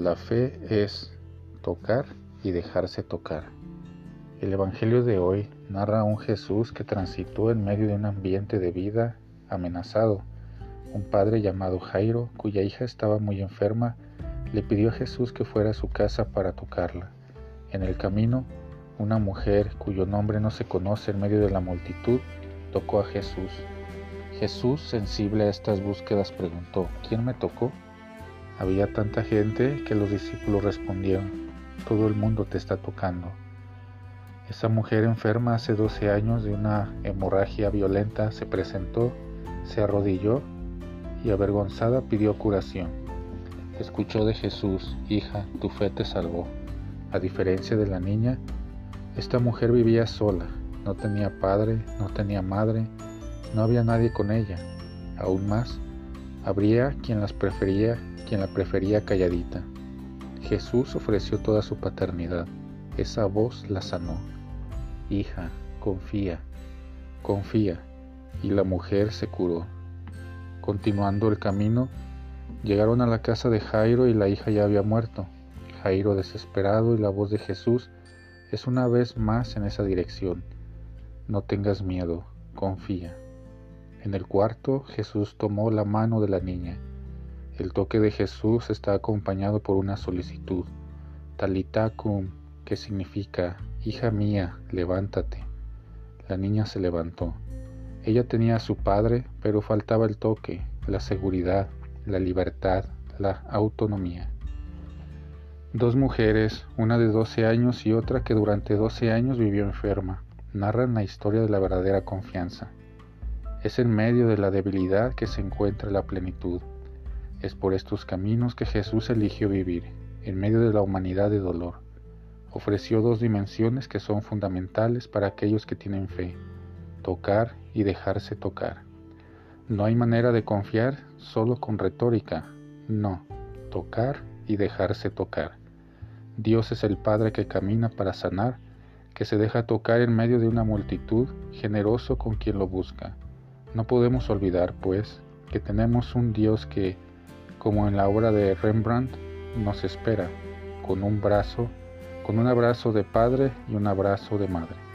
La fe es tocar y dejarse tocar. El Evangelio de hoy narra a un Jesús que transitó en medio de un ambiente de vida amenazado. Un padre llamado Jairo, cuya hija estaba muy enferma, le pidió a Jesús que fuera a su casa para tocarla. En el camino, una mujer, cuyo nombre no se conoce en medio de la multitud, tocó a Jesús. Jesús, sensible a estas búsquedas, preguntó: ¿quién me tocó? Había tanta gente que los discípulos respondieron: todo el mundo te está tocando. Esa mujer enferma hace 12 años de una hemorragia violenta se presentó, se arrodilló y avergonzada pidió curación. Escuchó de Jesús: hija, tu fe te salvó. A diferencia de la niña, esta mujer vivía sola, no tenía padre, no tenía madre, no había nadie con ella. Aún más, habría quien la prefería calladita. Jesús ofreció toda su paternidad. Esa voz la sanó. Hija, confía, confía. Y la mujer se curó. Continuando el camino, llegaron a la casa de Jairo y la hija ya había muerto. Jairo desesperado, y la voz de Jesús es una vez más en esa dirección: no tengas miedo, confía. En el cuarto, Jesús tomó la mano de la niña. El toque de Jesús está acompañado por una solicitud: Talitá cum, que significa: hija mía, levántate. La niña se levantó. Ella tenía a su padre, pero faltaba el toque, la seguridad, la libertad, la autonomía. Dos mujeres, una de 12 años y otra que durante 12 años vivió enferma, narran la historia de la verdadera confianza. Es en medio de la debilidad que se encuentra la plenitud. Es por estos caminos que Jesús eligió vivir, en medio de la humanidad de dolor. Ofreció dos dimensiones que son fundamentales para aquellos que tienen fe: tocar y dejarse tocar. No hay manera de confiar solo con retórica, no, tocar y dejarse tocar. Dios es el Padre que camina para sanar, que se deja tocar en medio de una multitud, generoso con quien lo busca. No podemos olvidar, pues, que tenemos un Dios que, como en la obra de Rembrandt, nos espera con un abrazo de padre y un abrazo de madre.